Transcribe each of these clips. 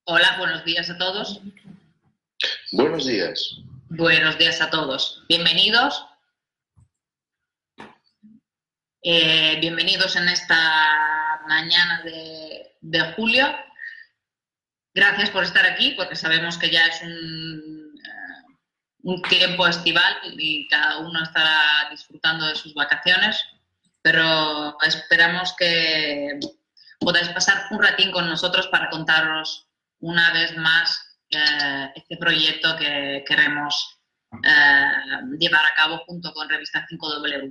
Hola, buenos días a todos. Buenos días. Buenos días a todos. Bienvenidos. Bienvenidos en esta mañana de julio. Gracias por estar aquí, porque sabemos que ya es un tiempo estival y cada uno estará disfrutando de sus vacaciones, pero esperamos que podáis pasar un ratín con nosotros para contaros una vez más este proyecto que queremos llevar a cabo junto con Revista 5W.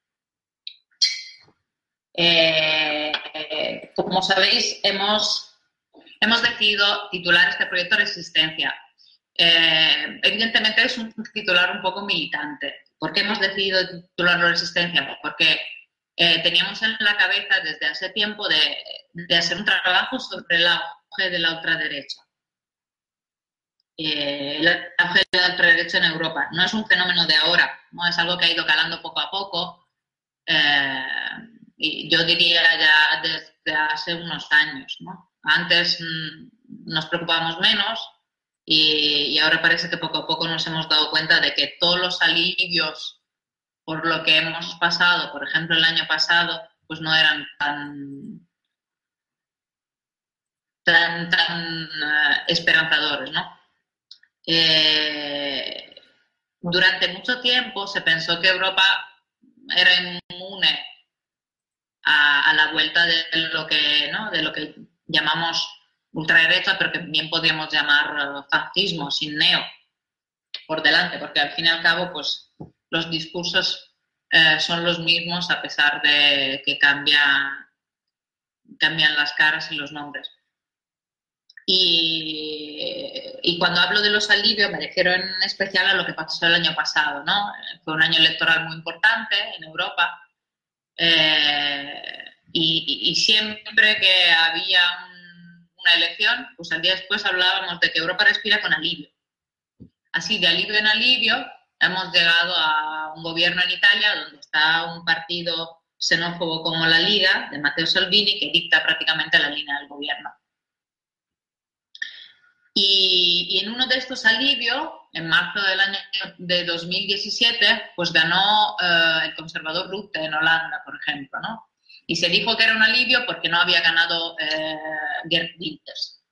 Como sabéis, hemos decidido titular este proyecto Resistencia. Evidentemente es un titular un poco militante. ¿Por qué hemos decidido titularlo Resistencia? Porque teníamos en la cabeza desde hace tiempo de hacer un trabajo sobre el auge de la ultraderecha. El auge de la ultraderecha en Europa. No es un fenómeno de ahora, ¿no? Es algo que ha ido calando poco a poco. Y yo diría ya desde hace unos años, ¿no? Antes nos preocupábamos menos y ahora parece que poco a poco nos hemos dado cuenta de que todos los alivios por lo que hemos pasado, por ejemplo, el año pasado, pues no eran tan esperanzadores, ¿no? Durante mucho tiempo se pensó que Europa era inmune a la vuelta de lo que, ¿no? de lo que llamamos ultraderecha, pero que bien podríamos llamar fascismo, sin neo por delante, porque al fin y al cabo pues, los discursos son los mismos a pesar de que cambian las caras y los nombres. Y cuando hablo de los alivios me refiero en especial a lo que pasó el año pasado, ¿no? Fue un año electoral muy importante en Europa. Y siempre que había una elección, pues al día después hablábamos de que Europa respira con alivio. Así, de alivio en alivio, hemos llegado a un gobierno en Italia donde está un partido xenófobo como la Liga, de Matteo Salvini, que dicta prácticamente la línea del gobierno. Y en uno de estos alivios, en marzo del año de 2017, pues ganó el conservador Rutte en Holanda, por ejemplo, ¿no? Y se dijo que era un alivio porque no había ganado Geert Wilders.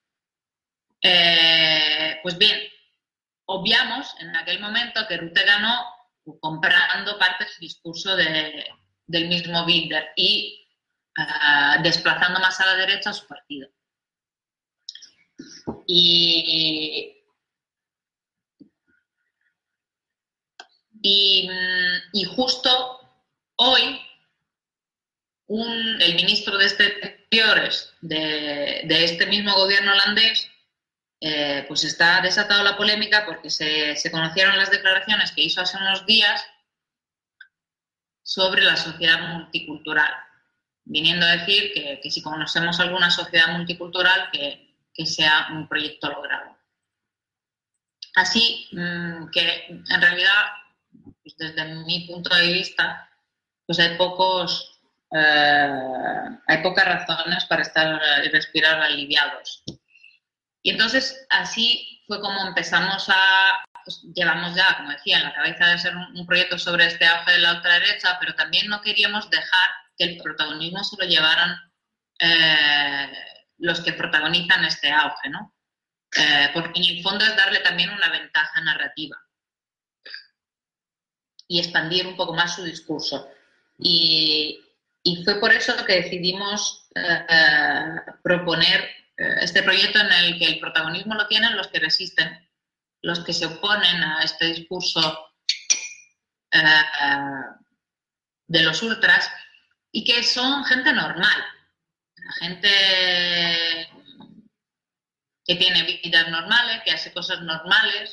Pues bien, obviamos en aquel momento que Rutte ganó comprando parte del discurso del mismo Wilders y desplazando más a la derecha a su partido. Y justo hoy el ministro de Exteriores de este mismo gobierno holandés pues está desatado la polémica porque se conocieron las declaraciones que hizo hace unos días sobre la sociedad multicultural, viniendo a decir que si conocemos alguna sociedad multicultural que sea un proyecto logrado. Así que en realidad, pues desde mi punto de vista, pues hay pocas razones para estar y respirar aliviados. Y entonces así fue como empezamos pues, llevamos ya, como decía, en la cabeza de hacer un proyecto sobre este auge de la ultraderecha, pero también no queríamos dejar que el protagonismo se lo llevaran los que protagonizan este auge, ¿no? Porque en el fondo es darle también una ventaja narrativa y expandir un poco más su discurso. Y fue por eso que decidimos proponer este proyecto en el que el protagonismo lo tienen los que resisten, los que se oponen a este discurso de los ultras y que son gente normal, gente que tiene vidas normales, que hace cosas normales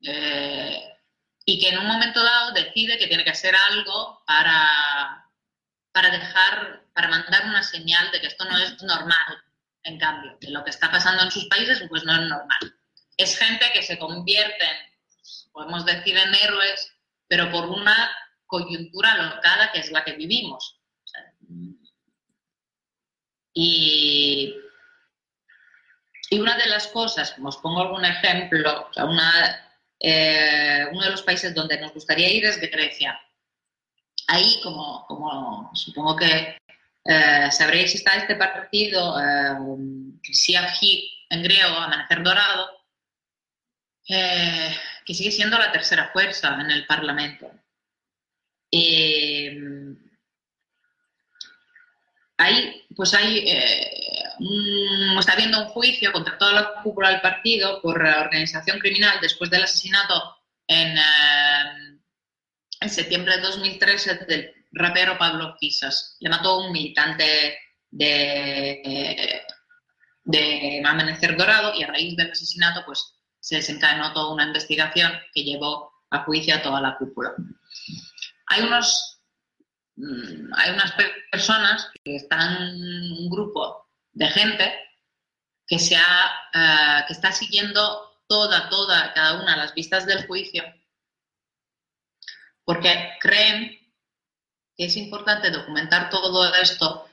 y que en un momento dado decide que tiene que hacer algo para mandar una señal de que esto no es normal, en cambio, que lo que está pasando en sus países pues no es normal. Es gente que se convierte, podemos decir, en héroes, pero por una coyuntura alocada que es la que vivimos. O sea, y Y una de las cosas, como os pongo algún ejemplo, o sea, uno de los países donde nos gustaría ir es Grecia. Ahí, como supongo que sabréis, está este partido, Siahi en griego, Amanecer Dorado, que sigue siendo la tercera fuerza en el Parlamento. Está habiendo un juicio contra toda la cúpula del partido por organización criminal después del asesinato en septiembre de 2013 del rapero Pablo Fisas. Le mató un militante de Amanecer Dorado y a raíz del asesinato pues se desencadenó toda una investigación que llevó a juicio a toda la cúpula. Hay unas personas que están, un grupo de gente que está siguiendo cada una de las vistas del juicio porque creen que es importante documentar todo esto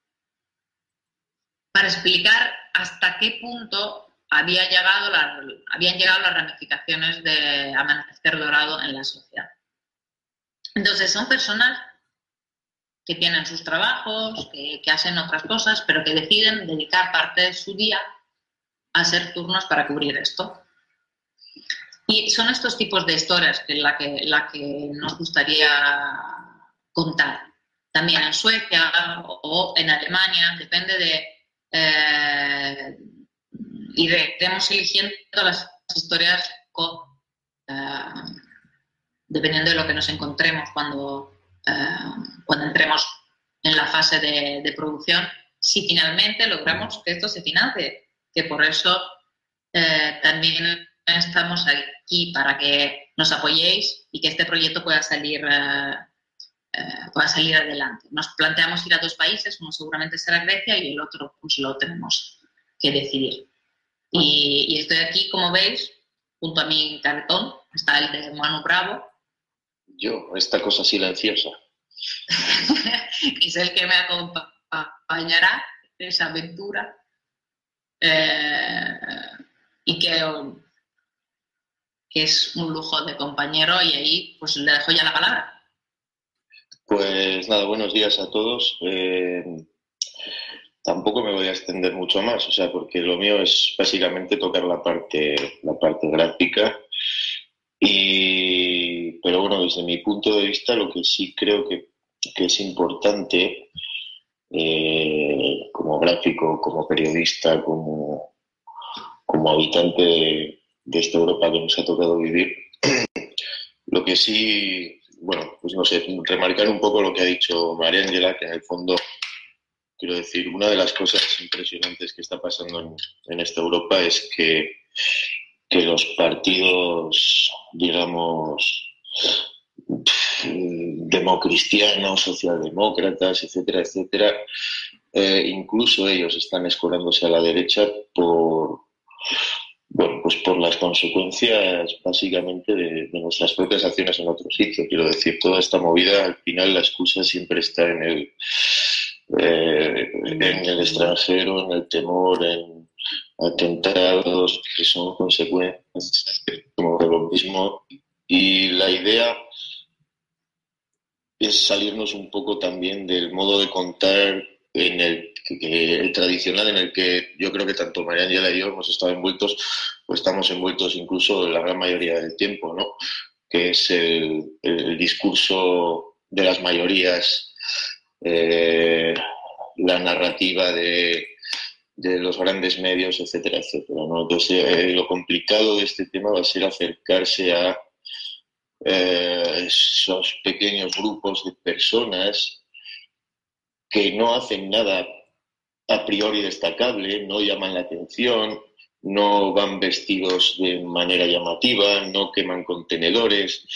para explicar hasta qué punto habían llegado las ramificaciones de Amanecer Dorado en la sociedad. Entonces son personas que tienen sus trabajos, que hacen otras cosas, pero que deciden dedicar parte de su día a hacer turnos para cubrir esto. Y son estos tipos de historias la que nos gustaría contar. También en Suecia o en Alemania, depende iremos eligiendo las historias dependiendo de lo que nos encontremos cuando entremos en la fase de producción, si finalmente logramos que esto se financie, que por eso también estamos aquí, para que nos apoyéis y que este proyecto pueda salir adelante. Nos planteamos ir a 2 países, uno seguramente será Grecia y el otro pues lo tenemos que decidir. Y estoy aquí, como veis, junto a mi cartón, está el de Manu Bravo. Yo, esta cosa silenciosa. Es el que me acompañará en esa aventura y que es un lujo de compañero, y ahí pues le dejo ya la palabra. Pues nada, buenos días a todos. Tampoco me voy a extender mucho más, o sea, porque lo mío es básicamente tocar la parte gráfica. Pero bueno, desde mi punto de vista, lo que sí creo que es importante, como gráfico, como periodista, como habitante de esta Europa que nos ha tocado vivir, lo que sí, bueno, pues no sé, remarcar un poco lo que ha dicho María Ángela, que en el fondo, quiero decir, una de las cosas impresionantes que está pasando en esta Europa es que los partidos, digamos, democristianos, socialdemócratas, etcétera, etcétera, incluso ellos están escorándose a la derecha por las consecuencias básicamente de nuestras propias acciones en otro sitio. Quiero decir, toda esta movida, al final la excusa siempre está en el extranjero, en el temor, en atentados que son consecuencias como de lo mismo. Y la idea es salirnos un poco también del modo de contar en el tradicional, en el que yo creo que tanto María Ángela y yo hemos estado envueltos, o estamos envueltos incluso la gran mayoría del tiempo, ¿no? Que es el discurso de las mayorías, la narrativa de los grandes medios, etcétera, etcétera, ¿no? Entonces, lo complicado de este tema va a ser acercarse a esos pequeños grupos de personas que no hacen nada a priori destacable, no llaman la atención, no van vestidos de manera llamativa, no queman contenedores,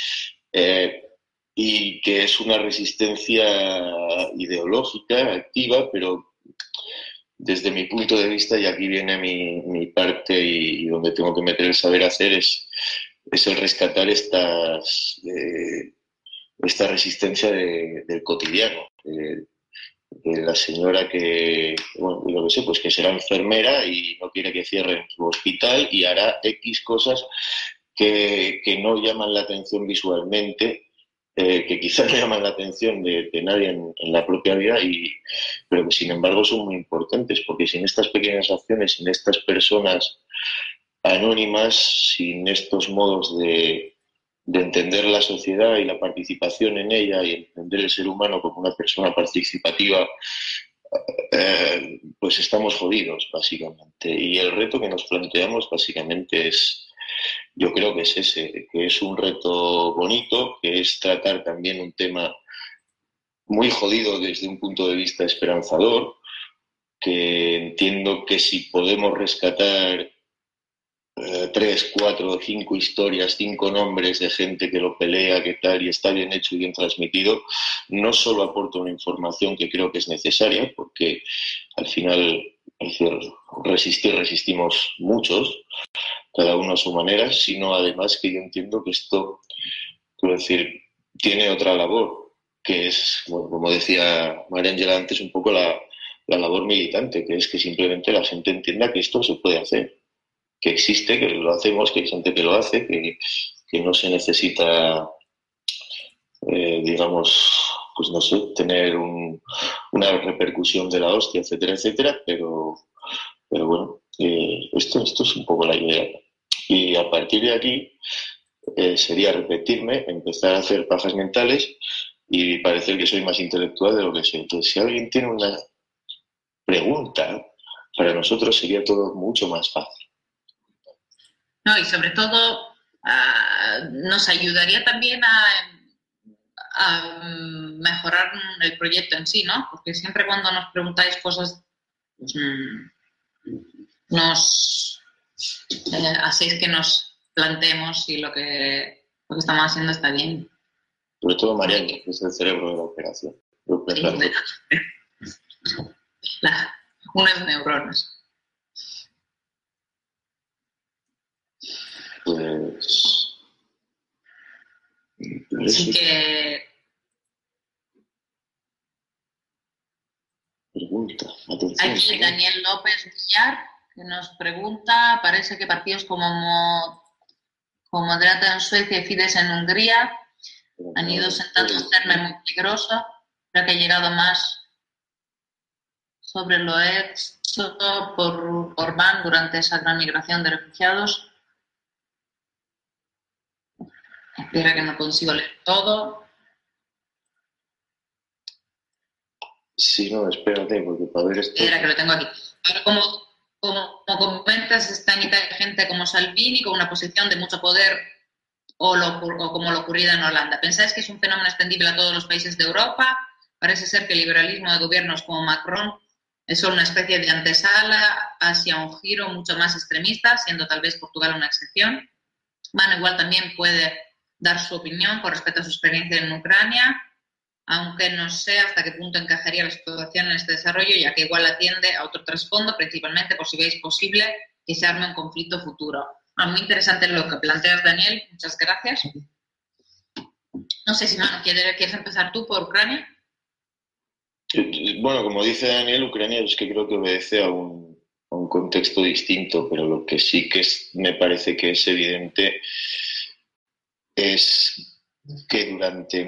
y que es una resistencia ideológica, activa, pero desde mi punto de vista, y aquí viene mi parte y donde tengo que meter el saber hacer, es el rescatar esta resistencia del cotidiano, la señora que, bueno, yo que sé, pues que será enfermera y no quiere que cierren su hospital y hará X cosas que no llaman la atención visualmente, que quizás no llaman la atención de nadie en la propia vida, pero que sin embargo son muy importantes, porque sin estas pequeñas acciones, sin estas personas anónimas, sin estos modos de entender la sociedad y la participación en ella y entender el ser humano como una persona participativa, pues estamos jodidos, básicamente. Y el reto que nos planteamos, básicamente, yo creo que es ese, que es un reto bonito, que es tratar también un tema muy jodido desde un punto de vista esperanzador, que entiendo que si podemos rescatar 3, 4, 5 historias, 5 nombres de gente que lo pelea, que tal, y está bien hecho y bien transmitido, no solo aporta una información que creo que es necesaria, porque al final, resistimos muchos, cada uno a su manera, sino además que yo entiendo que esto, quiero decir, tiene otra labor, que es, bueno, como decía María Ángela antes, un poco la labor militante, que es que simplemente la gente entienda que esto se puede hacer, que existe, que lo hacemos, que hay gente que lo hace, que no se necesita, digamos, pues no sé, tener una repercusión de la hostia, etcétera, etcétera, pero bueno, esto es un poco la idea. Y a partir de aquí sería repetirme, empezar a hacer pajas mentales y parecer que soy más intelectual de lo que soy. Entonces, si alguien tiene una pregunta, para nosotros sería todo mucho más fácil. No, y sobre todo nos ayudaría también a mejorar el proyecto en sí, ¿no? Porque siempre cuando nos preguntáis cosas, pues, nos hacéis que nos planteemos si lo que estamos haciendo está bien. Sobre todo Mariano, que es el cerebro de la operación. Unas neuronas. Pues así que pregunta, atención. Aquí Daniel López Villar, que nos pregunta, parece que partidos como Moderato en Suecia y Fidesz en Hungría han ido sentando un terreno muy peligroso, ya que ha llegado más sobre lo hecho por Orbán durante esa gran migración de refugiados. Espera que no consigo leer todo. Sí, no, espérate, porque para ver esto... Espera, que lo tengo aquí. Ahora, como comentas, está en Italia gente como Salvini, con una posición de mucho poder, o como lo ocurrido en Holanda. ¿Pensáis que es un fenómeno extendible a todos los países de Europa? Parece ser que el liberalismo de gobiernos como Macron es solo una especie de antesala hacia un giro mucho más extremista, siendo tal vez Portugal una excepción. Manu igual también puede dar su opinión con respecto a su experiencia en Ucrania, aunque no sé hasta qué punto encajaría la situación en este desarrollo, ya que igual atiende a otro trasfondo, principalmente por si veis posible que se arme un conflicto futuro. Muy interesante lo que planteas, Daniel. Muchas gracias. No sé si, Manu, ¿quieres empezar tú por Ucrania? Bueno, como dice Daniel, Ucrania es que creo que obedece a un contexto distinto, pero lo que sí que me parece que es evidente es que durante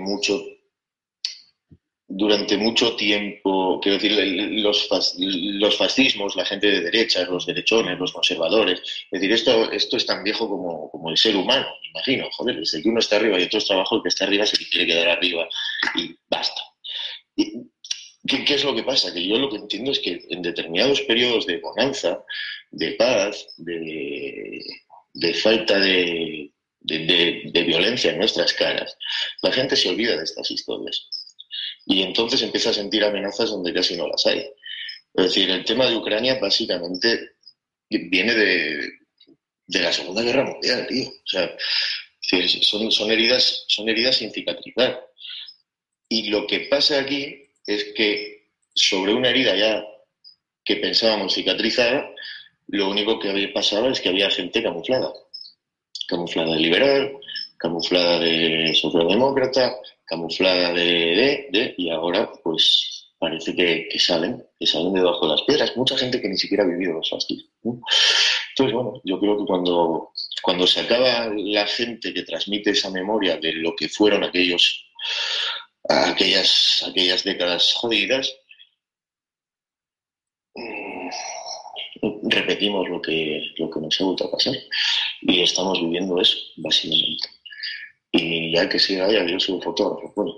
mucho tiempo, quiero decir, los fascismos, la gente de derechas, los derechones, los conservadores, es decir, esto es tan viejo como el ser humano, me imagino, joder, desde que uno está arriba y otro está abajo, el que está arriba se quiere quedar arriba y basta. ¿Qué es lo que pasa? Que yo lo que entiendo es que en determinados periodos de bonanza, de paz, de falta de violencia en nuestras caras, la gente se olvida de estas historias. Y entonces empieza a sentir amenazas donde casi no las hay. Es decir, el tema de Ucrania básicamente viene de la Segunda Guerra Mundial, tío. O sea, son heridas sin cicatrizar. Y lo que pasa aquí es que sobre una herida ya que pensábamos cicatrizada, lo único que pasaba es que había gente camuflada de liberal, camuflada de socialdemócrata, camuflada y ahora pues parece que salen debajo de las piedras. Mucha gente que ni siquiera ha vivido los fascismos, ¿no? Entonces, bueno, yo creo que cuando se acaba la gente que transmite esa memoria de lo que fueron aquellas décadas jodidas, repetimos lo que nos ha vuelto a pasar y estamos viviendo eso, básicamente. Y ya que siga ahí, yo soy un fotógrafo. Bueno.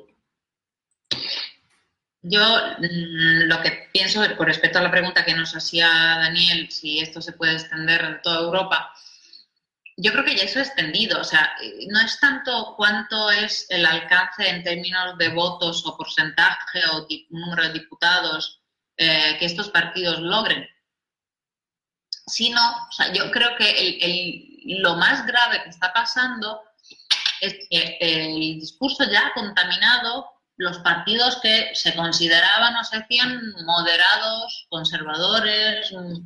Yo lo que pienso, con respecto a la pregunta que nos hacía Daniel, si esto se puede extender en toda Europa, yo creo que ya eso es extendido. O sea, no es tanto cuánto es el alcance en términos de votos o porcentaje o número de diputados que estos partidos logren, sino, o sea, yo creo que lo más grave que está pasando es que el discurso ya ha contaminado los partidos que se consideraban o se hacían moderados, conservadores,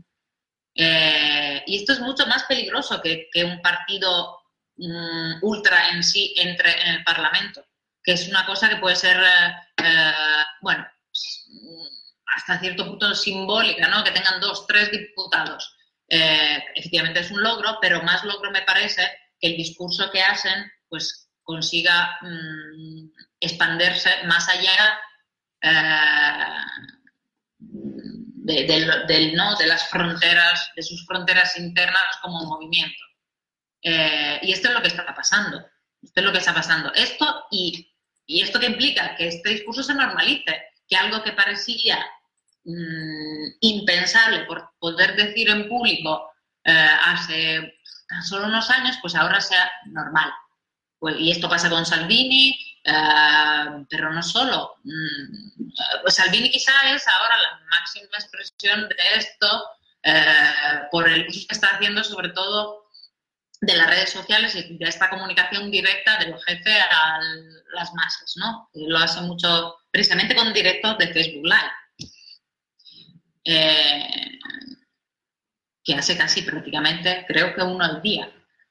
y esto es mucho más peligroso que un partido ultra en sí entre en el Parlamento, que es una cosa que puede ser, bueno, hasta cierto punto simbólica, ¿no? Que tengan 2, 3 diputados. Efectivamente es un logro, pero más logro me parece que el discurso que hacen pues consiga expandirse más allá de las fronteras, de sus fronteras internas como movimiento. Y esto es lo que está pasando. Esto es lo que está pasando. Esto y esto que implica que este discurso se normalice, que algo que parecía impensable por poder decir en público hace tan solo unos años, pues ahora sea normal. Pues, y esto pasa con Salvini, pero no solo. Pues Salvini quizá es ahora la máxima expresión de esto por el uso que está haciendo sobre todo de las redes sociales y de esta comunicación directa del jefe a las masas, ¿no? Y lo hace mucho precisamente con directos de Facebook Live. Que hace casi prácticamente, creo que uno al día.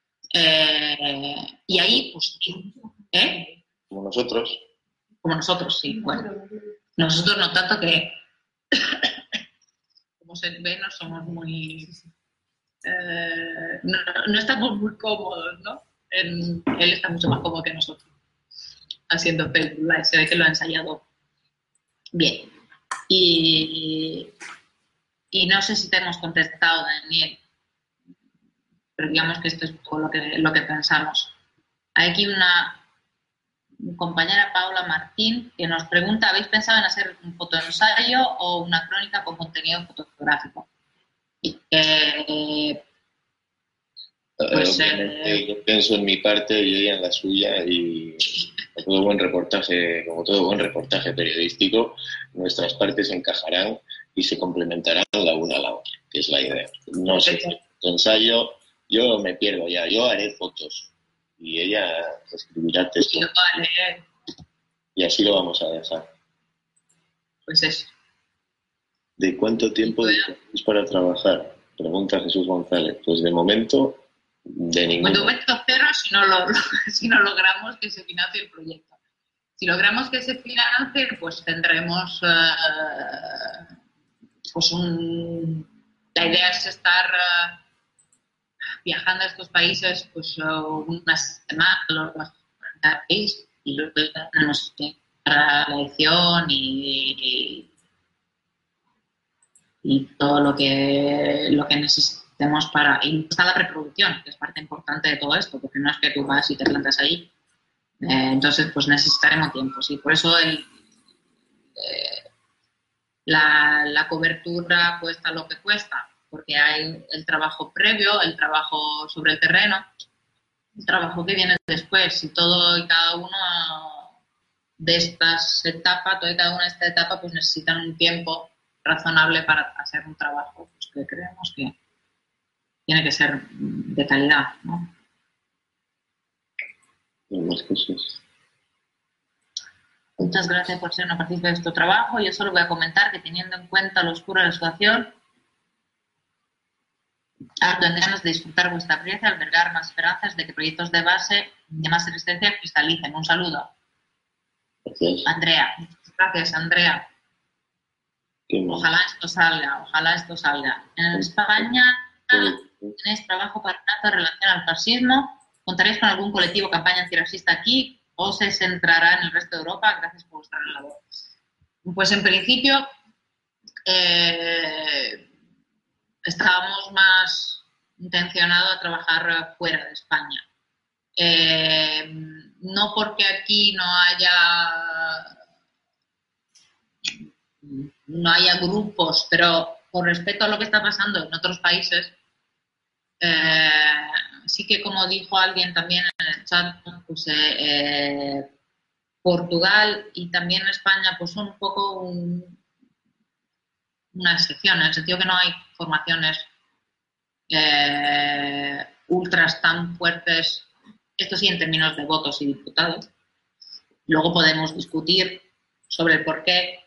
Y ahí, pues, Como nosotros. Como nosotros, sí. Bueno, nosotros no tanto que, como se ve, no somos muy... no estamos muy cómodos, ¿no? Él está mucho más cómodo que nosotros haciendo Facebook Live. Se ve que lo ha ensayado bien. Y no sé si te hemos contestado, Daniel, pero digamos que esto es todo lo que pensamos. Hay aquí una compañera, Paula Martín, que nos pregunta: ¿habéis pensado en hacer un fotoensayo o una crónica con contenido fotográfico? Yo pienso en mi parte y ella en la suya, y como todo buen reportaje periodístico, nuestras partes encajarán y se complementarán la una a la otra, que es la idea. No sé, tu ensayo, yo me pierdo ya, yo haré fotos y ella escribirá texto. Y así lo vamos a dejar. Pues eso. ¿De cuánto tiempo es para trabajar? Pregunta Jesús González. Pues de momento, de ninguno. De momento cero si no logramos que se financie el proyecto. Si logramos que se financie, pues tendremos la idea es estar viajando a estos países pues unas semanas y luego tenemos para la edición y todo lo que necesitemos para... Y está la preproducción, que es parte importante de todo esto, porque no es que tú vas y te plantas ahí. Entonces, pues necesitaremos tiempo. Sí, por eso la cobertura cuesta lo que cuesta, porque hay el trabajo previo, el trabajo sobre el terreno, el trabajo que viene después, y todo y cada uno de estas etapas, toda y cada una de estas etapas, pues necesitan un tiempo razonable para hacer un trabajo pues, que creemos que tiene que ser de calidad, ¿no? Más cosas. Muchas gracias por ser una partícipe de nuestro trabajo. Yo solo voy a comentar que, teniendo en cuenta lo oscuro de la situación, ahora tendremos de disfrutar vuestra experiencia, albergar más esperanzas de que proyectos de base de más resistencia cristalicen. Un saludo. Gracias. Andrea. Gracias, Andrea. Ojalá esto salga. En España tenéis trabajo para en relación al fascismo. ¿Contaréis con algún colectivo campaña antirracista aquí o se centrará en el resto de Europa? Gracias por vuestra labor. Pues en principio estábamos más intencionados a trabajar fuera de España. No porque aquí no haya grupos, pero con respecto a lo que está pasando en otros países, sí que, como dijo alguien también en el chat, pues Portugal y también España pues son un poco una excepción, en el sentido que no hay formaciones ultras tan fuertes, esto sí en términos de votos y diputados. Luego podemos discutir sobre el por qué.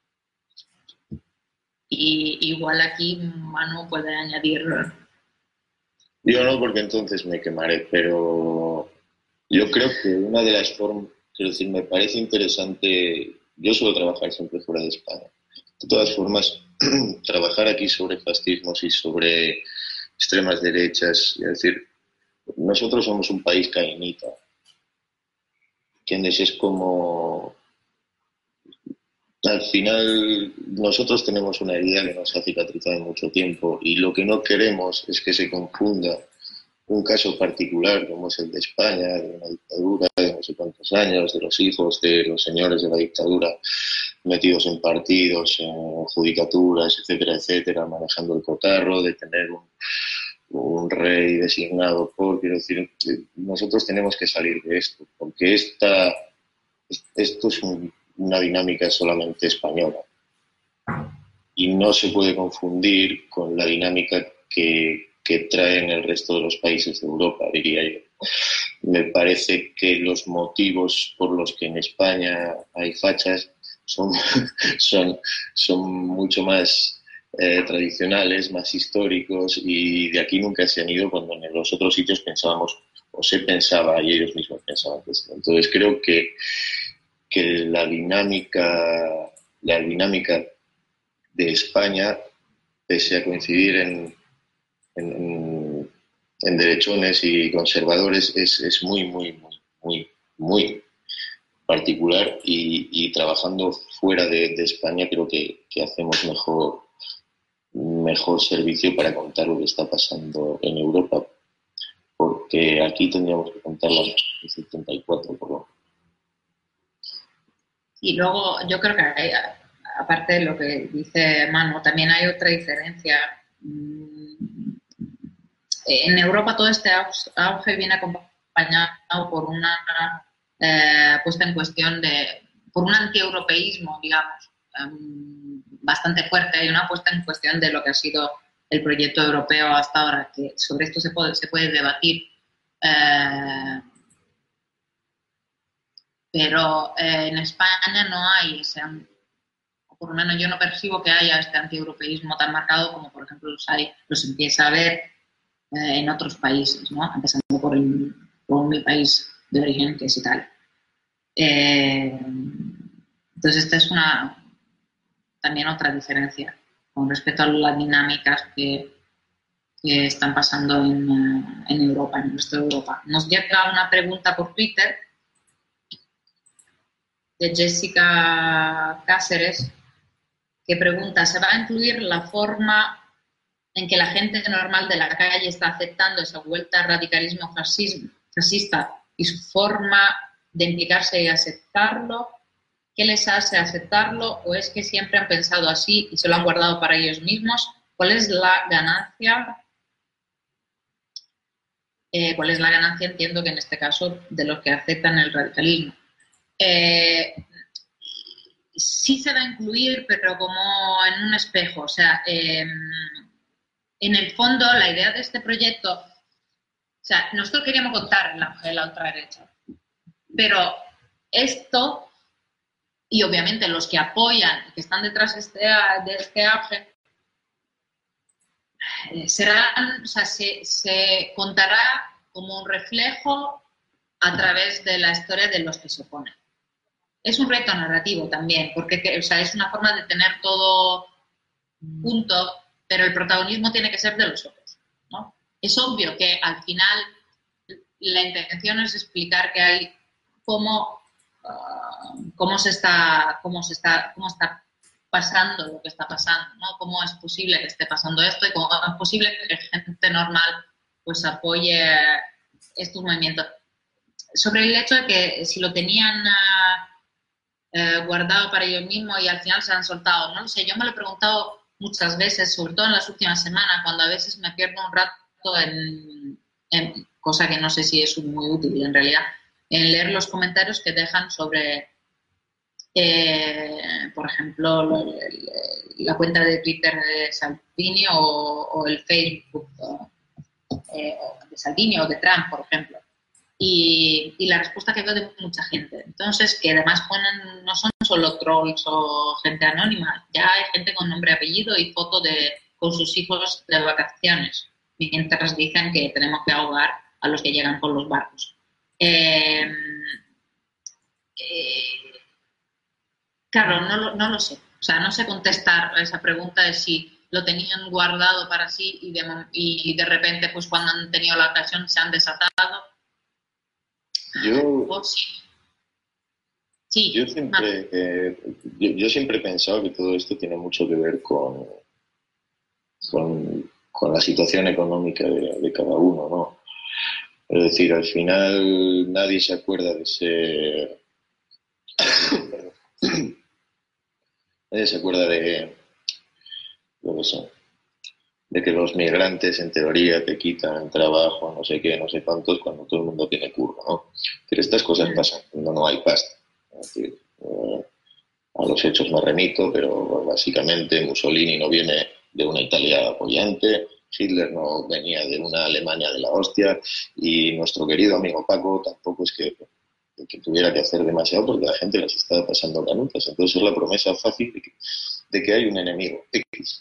Y igual aquí Manu puede añadir. Yo no, porque entonces me quemaré, pero yo creo que una de las formas, quiero decir, me parece interesante, yo suelo trabajar siempre fuera de España. De todas formas, trabajar aquí sobre fascismos y sobre extremas derechas, es decir, nosotros somos un país cainita, ¿entiendes? Es como, al final, nosotros tenemos una herida que nos ha cicatrizado en mucho tiempo y lo que no queremos es que se confunda un caso particular como es el de España, de una dictadura de no sé cuántos años, de los hijos de los señores de la dictadura metidos en partidos, en judicaturas, etcétera, etcétera, manejando el cotarro, de tener un rey designado por, quiero decir, nosotros tenemos que salir de esto, porque esto es una dinámica solamente española y no se puede confundir con la dinámica que traen el resto de los países de Europa, diría yo. Me parece que los motivos por los que en España hay fachas son mucho más tradicionales, más históricos y de aquí nunca se han ido cuando en los otros sitios pensábamos o se pensaba y ellos mismos pensaban que sí. Entonces creo que la dinámica de España, pese a coincidir en derechones y conservadores, es muy particular y trabajando fuera de España creo que hacemos mejor servicio para contar lo que está pasando en Europa, porque aquí tendríamos que contar las 74 por lo menos. Y luego yo creo que hay, aparte de lo que dice Manu, también hay otra diferencia. En Europa todo este auge viene acompañado por una puesta en cuestión por un antieuropeísmo, digamos, bastante fuerte. Hay una puesta en cuestión de lo que ha sido el proyecto europeo hasta ahora, que sobre esto se puede debatir. Pero en España no hay ese, o por lo menos yo no percibo que haya este antieuropeísmo tan marcado como, por ejemplo, los empieza a ver en otros países, ¿no? Empezando por mi país de origen, que es Italia. Entonces, esta es también otra diferencia con respecto a las dinámicas que están pasando en Europa, en el resto de Europa. Nos llega una pregunta por Twitter de Jessica Cáceres, que pregunta: ¿se va a incluir la forma en que la gente normal de la calle está aceptando esa vuelta al radicalismo fascista y su forma de implicarse y aceptarlo? ¿Qué les hace aceptarlo? ¿O es que siempre han pensado así y se lo han guardado para ellos mismos? ¿Cuál es la ganancia? ¿Cuál es la ganancia? Entiendo que en este caso de los que aceptan el radicalismo. Sí se va a incluir, pero como en un espejo. O sea, en el fondo, la idea de este proyecto, o sea, nosotros queríamos contar el auge de la ultraderecha, pero esto, y obviamente los que apoyan, que están detrás de este auge, se contará como un reflejo a través de la historia de los que se oponen. Es un reto narrativo también, porque es una forma de tener todo punto, pero el protagonismo tiene que ser de los otros, ¿no? Es obvio que al final la intención es explicar que hay cómo está pasando lo que está pasando, ¿no? Cómo es posible que esté pasando esto y cómo es posible que gente normal pues apoye estos movimientos. Sobre el hecho de que si lo tenían guardado para ellos mismos y al final se han soltado, no lo sé, yo me lo he preguntado muchas veces, sobre todo en las últimas semanas, cuando a veces me pierdo un rato en cosa que no sé si es muy útil en realidad, en leer los comentarios que dejan sobre, por ejemplo, la cuenta de Twitter de Salvini o el Facebook de Salvini o de Trump, por ejemplo. Y la respuesta que veo de mucha gente. Entonces, que además ponen, no son solo trolls o gente anónima, ya hay gente con nombre, apellido y foto con sus hijos de vacaciones, mientras dicen que tenemos que ahogar a los que llegan con los barcos. Claro, no lo sé. O sea, no sé contestar a esa pregunta de si lo tenían guardado para sí y de repente, pues cuando han tenido la ocasión, se han desatado. Yo, O sí. yo Sí, siempre, yo siempre he pensado que todo esto tiene mucho que ver con la situación económica de cada uno, ¿no? Es decir, al final nadie se acuerda de ese... Nadie se acuerda lo que son, de que los migrantes en teoría te quitan trabajo, no sé qué, no sé cuántos, cuando todo el mundo tiene curro, ¿no? Pero estas cosas pasan cuando no hay pasta. Es decir, a los hechos me remito, pero básicamente Mussolini no viene de una Italia apoyante, Hitler no venía de una Alemania de la hostia y nuestro querido amigo Paco tampoco es que tuviera que hacer demasiado porque la gente las estaba pasando canutas. Entonces es la promesa fácil de que hay un enemigo X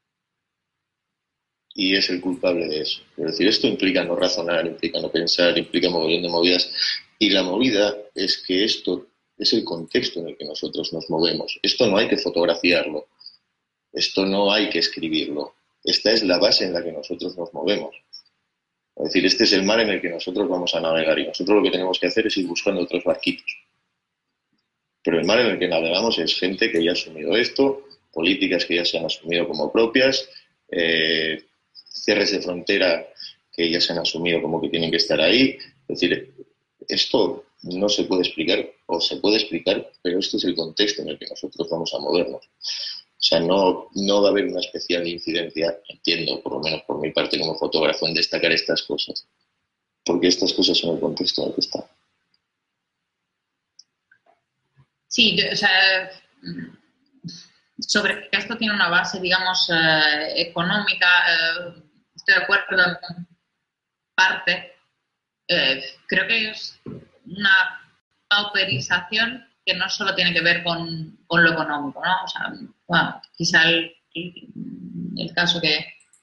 y es el culpable de eso. Es decir, esto implica no razonar, implica no pensar, implica mogollón de movidas y la movida es que esto es el contexto en el que nosotros nos movemos. Esto no hay que fotografiarlo, esto no hay que escribirlo. Esta es la base en la que nosotros nos movemos. Es decir, este es el mar en el que nosotros vamos a navegar y nosotros lo que tenemos que hacer es ir buscando otros barquitos. Pero el mar en el que navegamos es gente que ya ha asumido esto, políticas que ya se han asumido como propias, cierres de frontera que ya se han asumido como que tienen que estar ahí. Es decir, esto no se puede explicar, o se puede explicar, pero esto es el contexto en el que nosotros vamos a movernos. O sea, no va a haber una especial incidencia, entiendo, por lo menos por mi parte como fotógrafo, en destacar estas cosas, porque estas cosas son el contexto en el que están. sí, o sea, sobre que esto tiene una base, digamos, económica, estoy de acuerdo en parte. Creo que es una pauperización que no solo tiene que ver con lo económico, ¿no? O sea, bueno, quizá el caso que,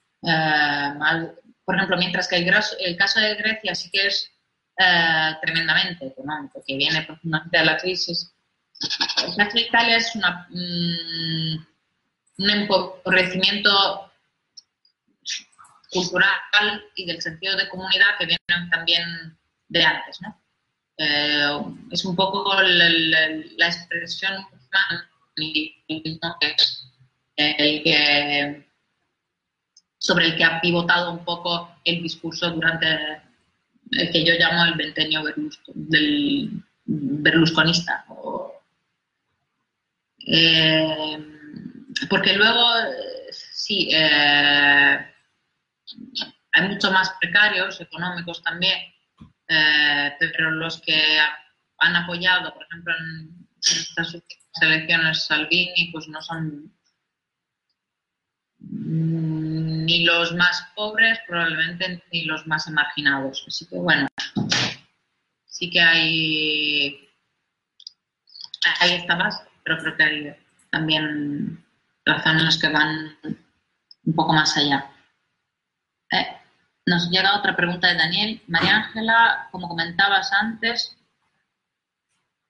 por ejemplo, mientras que el caso de Grecia sí que es tremendamente económico, que viene profundamente de la crisis. El caso de Italia es un empobrecimiento cultural y del sentido de comunidad que vienen también de antes, ¿no? Es un poco la expresión humana que es sobre el que ha pivotado un poco el discurso durante el que yo llamo el ventenio del berlusconista. Porque luego, sí, hay mucho más precarios, económicos también, pero los que han apoyado, por ejemplo, en estas últimas elecciones Salvini, pues no son ni los más pobres, probablemente ni los más emarginados. Así que bueno, sí que hay esta base, pero creo que hay también razones que van un poco más allá. Nos llega otra pregunta de Daniel. María Ángela, como comentabas antes,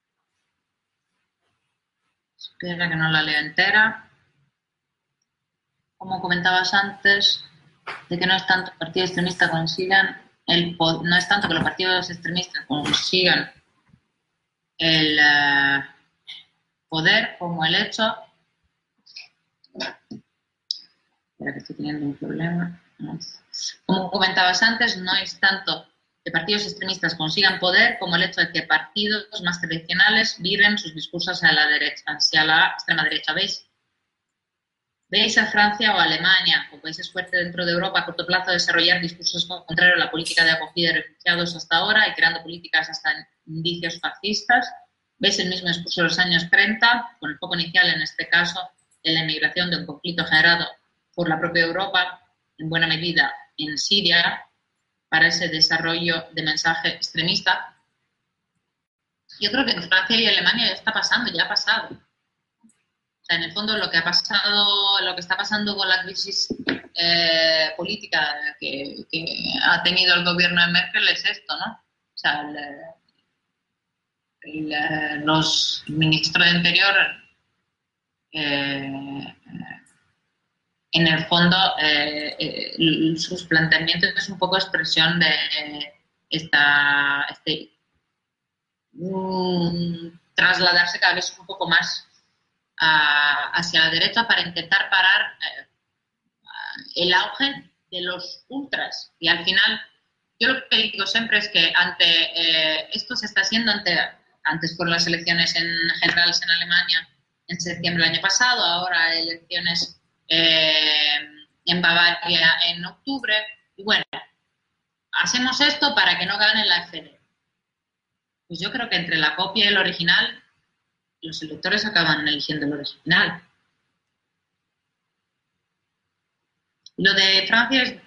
espera que no la leo entera. como comentabas antes, de que no es tanto que el partido extremista consigan no es tanto que los partidos extremistas consigan el poder como el hecho. Espera que estoy teniendo un problema. Como comentabas antes, no es tanto que partidos extremistas consigan poder como el hecho de que partidos más tradicionales viren sus discursos a la derecha, hacia la extrema derecha. ¿Veis a Francia o a Alemania, o países fuertes dentro de Europa, a corto plazo desarrollar discursos contrarios a la política de acogida de refugiados hasta ahora y creando políticas hasta indicios fascistas? ¿Veis el mismo discurso de los años 30, con el foco inicial, en este caso, en la emigración de un conflicto generado por la propia Europa, en buena medida en Siria, para ese desarrollo de mensaje extremista? Yo creo que en Francia y Alemania ya está pasando, ya ha pasado. O sea, en el fondo lo que está pasando con la crisis política que ha tenido el gobierno de Merkel es esto, ¿no? O sea, los ministros de Interior en el fondo sus planteamientos es un poco expresión de trasladarse cada vez un poco más hacia la derecha para intentar parar el auge de los ultras. Y al final, yo lo que digo siempre es que esto se está haciendo antes por las elecciones generales en Alemania en septiembre del año pasado, ahora elecciones en Bavaria en octubre. Y bueno, hacemos esto para que no gane la AfD. Pues yo creo que entre la copia y el original, los electores acaban eligiendo el original. Lo de Francia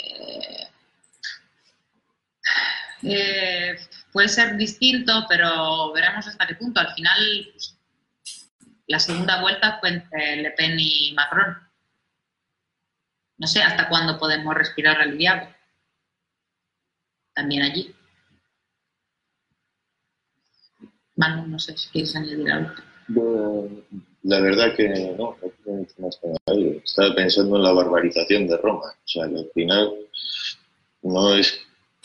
puede ser distinto, pero veremos hasta qué punto. Al final, pues, la segunda vuelta fue entre Le Pen y Macron. No sé hasta cuándo podemos respirar aliviado. También allí. Manu, no sé si quieres añadir algo. La verdad que no tengo mucho más que añadir. Estaba pensando en la barbarización de Roma. O sea, que al final no es...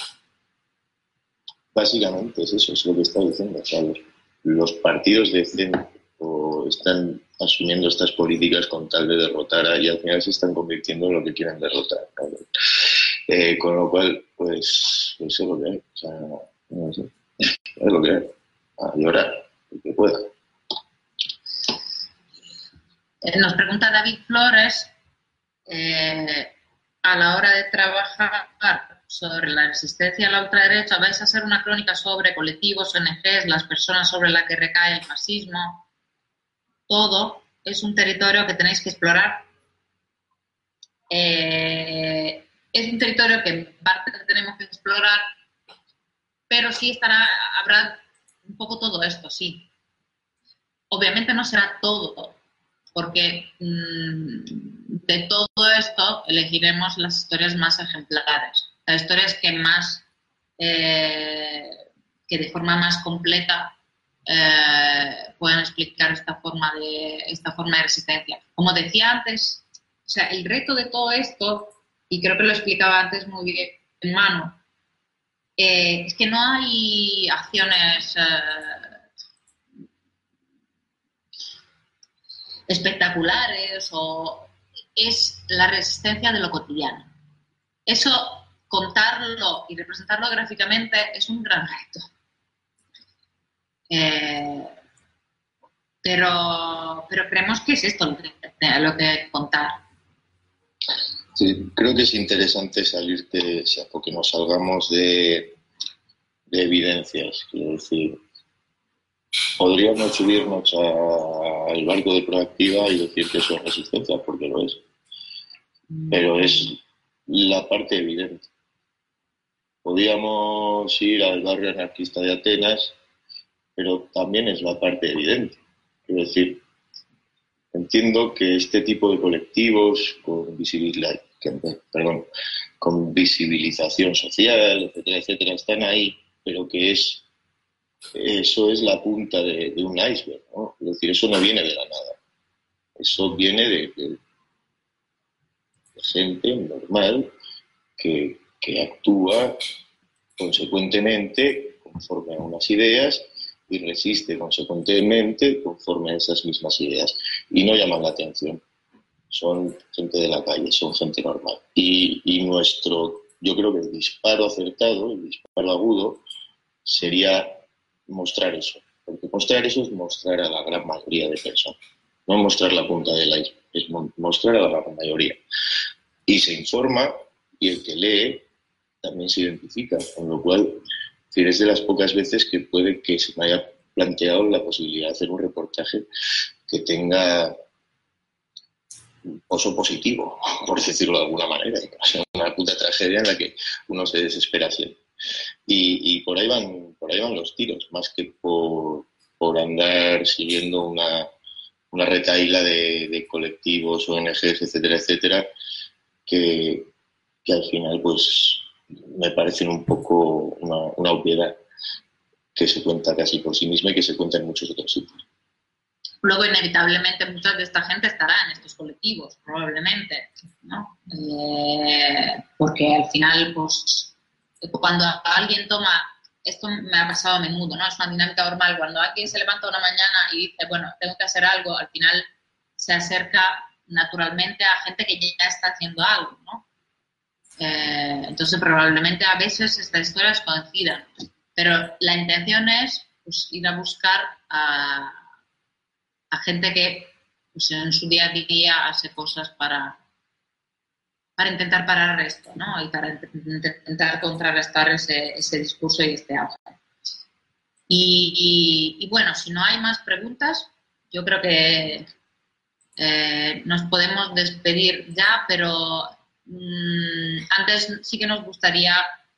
Básicamente es eso, es lo que está diciendo. O sea, los partidos de centro están asumiendo estas políticas con tal de derrotar y al final se están convirtiendo en lo que quieren derrotar. Con lo cual, pues es lo que hay. O sea, no sé. Es lo que hay. A llorar, el que pueda. Nos pregunta David Flores, a la hora de trabajar sobre la resistencia a la ultraderecha, ¿vais a hacer una crónica sobre colectivos, ONGs, las personas sobre las que recae el fascismo? Todo es un territorio que tenéis que explorar. Es un territorio que en parte tenemos que explorar, pero sí habrá un poco todo esto, sí. Obviamente no será todo, porque de todo esto elegiremos las historias más ejemplares, las historias que más, que de forma más completa puedan explicar esta forma de resistencia. Como decía antes, o sea, el reto de todo esto, y creo que lo explicaba antes muy bien en Manu, es que no hay acciones espectaculares, o es la resistencia de lo cotidiano. Eso, contarlo y representarlo gráficamente es un gran reto. Pero creemos que es esto lo que contar. Sí, creo que es interesante salirte, o sea, porque nos salgamos de evidencias. Quiero decir, podríamos subirnos al barco de Proactiva y decir que eso es resistencia, porque lo es. Pero es la parte evidente. Podríamos ir al barrio anarquista de Atenas, pero también es la parte evidente. Quiero decir, entiendo que este tipo de colectivos con visibilización social, etcétera, etcétera, están ahí, pero que eso es la punta de un iceberg, ¿no? Es decir, eso no viene de la nada. Eso viene gente normal que actúa consecuentemente conforme a unas ideas y resiste consecuentemente conforme a esas mismas ideas. Y no llaman la atención. Son gente de la calle, son gente normal. Y yo creo que el disparo acertado, el disparo agudo, sería mostrar eso. Porque mostrar eso es mostrar a la gran mayoría de personas. No mostrar la punta del iceberg, es mostrar a la gran mayoría. Y se informa, y el que lee también se identifica, con lo cual es de las pocas veces que puede que se me haya planteado la posibilidad de hacer un reportaje que tenga un pozo positivo, por decirlo de alguna manera, o sea, una puta tragedia en la que uno se desespera siempre. Y por ahí van los tiros, más que por andar siguiendo una retahíla de colectivos, ONGs, etcétera, etcétera, que al final pues me parecen un poco una obviedad que se cuenta casi por sí misma y que se cuenta en muchos otros sitios. Luego, inevitablemente, mucha de esta gente estará en estos colectivos, probablemente, ¿no? Porque al final, pues, cuando alguien toma, esto me ha pasado a menudo, ¿no? Es una dinámica normal. Cuando alguien se levanta una mañana y dice, bueno, tengo que hacer algo, al final se acerca naturalmente a gente que ya está haciendo algo, ¿no? Entonces, probablemente a veces estas historias coincidan, pero la intención es, pues, ir a buscar a gente que, pues, en su día a día hace cosas para intentar parar esto, ¿no? Y para intentar contrarrestar ese discurso y este auge. Y bueno, si no hay más preguntas, yo creo que nos podemos despedir ya, pero antes sí que nos gustaría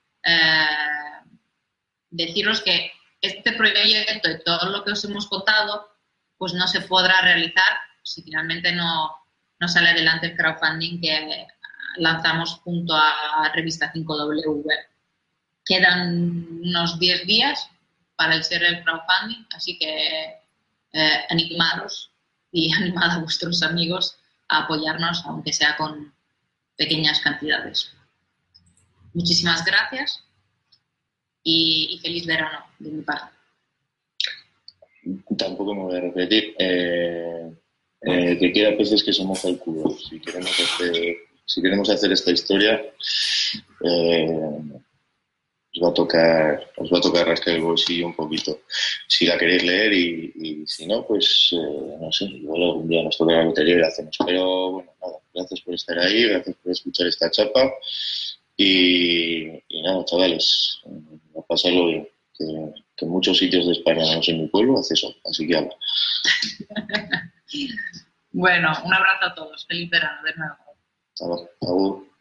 deciros que este proyecto y todo lo que os hemos contado pues no se podrá realizar si finalmente no sale adelante el crowdfunding que lanzamos junto a Revista 5W. Quedan unos 10 días para el cierre del crowdfunding, así que animaros y animad a vuestros amigos a apoyarnos, aunque sea con pequeñas cantidades. Muchísimas gracias y feliz verano de mi parte. Tampoco me voy a repetir. Que queda peces que somos el culo. Si queremos hacer esta historia, os va a tocar rascar el bolsillo un poquito. Si la queréis leer y si no, pues no sé, igual algún día nos toca la lotería y la hacemos. Pero bueno, nada, gracias por estar ahí, gracias por escuchar esta chapa y nada, chavales, a pasarlo bien. Que en muchos sitios de España, no sé, en mi pueblo, hace sol, así que habla. Bueno, un abrazo a todos. Feliz verano de nuevo. Agur.